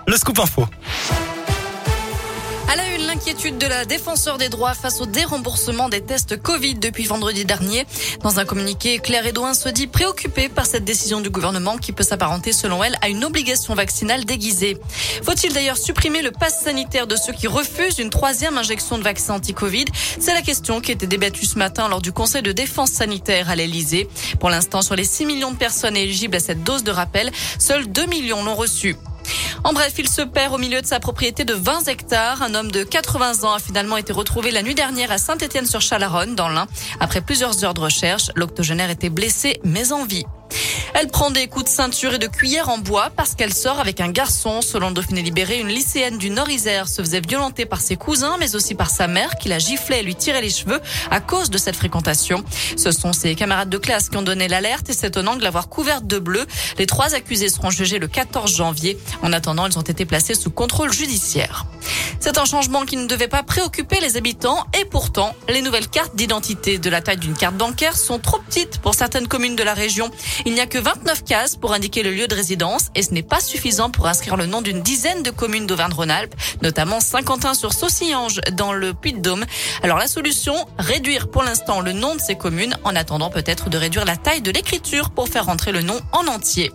Le scoop info. À la une, l'inquiétude de la défenseure des droits face au déremboursement des tests Covid depuis vendredi dernier. Dans un communiqué, Claire Hédouin se dit préoccupée par cette décision du gouvernement qui peut s'apparenter, selon elle, à une obligation vaccinale déguisée. Faut-il d'ailleurs supprimer le pass sanitaire de ceux qui refusent une troisième injection de vaccin anti-Covid? C'est la question qui a été débattue ce matin lors du Conseil de défense sanitaire à l'Elysée. Pour l'instant, sur les 6 millions de personnes éligibles à cette dose de rappel, seuls 2 millions l'ont reçue. En bref, il se perd au milieu de sa propriété de 20 hectares. Un homme de 80 ans a finalement été retrouvé la nuit dernière à Saint-Étienne-sur-Chalaronne, dans l'Ain. Après plusieurs heures de recherche, l'octogénaire était blessé mais en vie. Elle prend des coups de ceinture et de cuillère en bois parce qu'elle sort avec un garçon. Selon le Dauphiné Libéré, une lycéenne du Nord-Isère se faisait violenter par ses cousins, mais aussi par sa mère qui la giflait et lui tirait les cheveux à cause de cette fréquentation. Ce sont ses camarades de classe qui ont donné l'alerte et c'est étonnant de l'avoir couverte de bleu. Les 3 accusés seront jugés le 14 janvier. En attendant, ils ont été placés sous contrôle judiciaire. C'est un changement qui ne devait pas préoccuper les habitants et pourtant, les nouvelles cartes d'identité de la taille d'une carte bancaire sont trop petites pour certaines communes de la région. Il n'y a que 29 cases pour indiquer le lieu de résidence et ce n'est pas suffisant pour inscrire le nom d'une dizaine de communes d'Auvergne-Rhône-Alpes, notamment Saint-Quentin-sur-Saucillange dans le Puy-de-Dôme. Alors la solution, réduire pour l'instant le nom de ces communes en attendant peut-être de réduire la taille de l'écriture pour faire rentrer le nom en entier.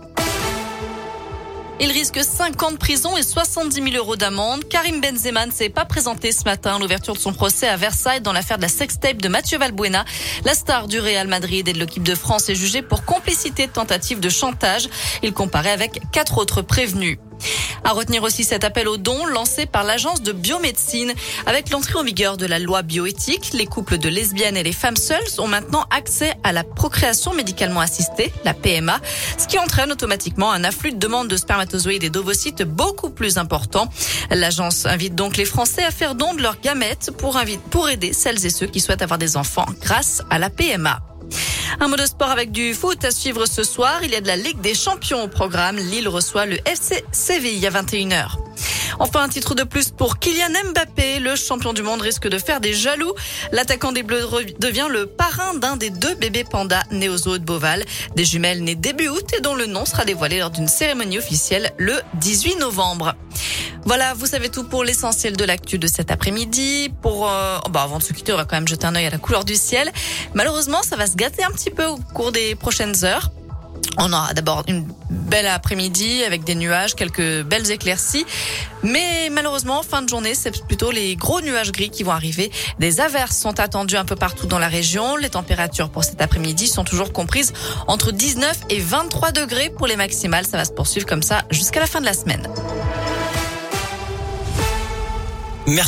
Il risque 5 ans de prison et 70 000 euros d'amende. Karim Benzema ne s'est pas présenté ce matin à l'ouverture de son procès à Versailles dans l'affaire de la sextape de Mathieu Valbuena. La star du Real Madrid et de l'équipe de France est jugée pour complicité de tentative de chantage. Il comparait avec 4 autres prévenus. À retenir aussi cet appel aux dons lancé par l'agence de biomédecine. Avec l'entrée en vigueur de la loi bioéthique, les couples de lesbiennes et les femmes seules ont maintenant accès à la procréation médicalement assistée, la PMA, ce qui entraîne automatiquement un afflux de demandes de spermatozoïdes et d'ovocytes beaucoup plus important. L'agence invite donc les Français à faire don de leurs gamètes pour aider celles et ceux qui souhaitent avoir des enfants grâce à la PMA. Un mot de sport avec du foot à suivre ce soir. Il y a de la Ligue des Champions au programme. Lille reçoit le FC Séville à 21h. Enfin, un titre de plus pour Kylian Mbappé. Le champion du monde risque de faire des jaloux. L'attaquant des Bleus devient le parrain d'un des 2 bébés pandas nés au zoo de Beauval. Des jumelles nées début août et dont le nom sera dévoilé lors d'une cérémonie officielle le 18 novembre. Voilà, vous savez tout pour l'essentiel de l'actu de cet après-midi. Avant de se quitter, on va quand même jeter un œil à la couleur du ciel. Malheureusement, ça va se gâter un petit peu au cours des prochaines heures. On aura d'abord une belle après-midi avec des nuages, quelques belles éclaircies. Mais malheureusement, fin de journée, c'est plutôt les gros nuages gris qui vont arriver. Des averses sont attendues un peu partout dans la région. Les températures pour cet après-midi sont toujours comprises entre 19 et 23 degrés pour les maximales. Ça va se poursuivre comme ça jusqu'à la fin de la semaine.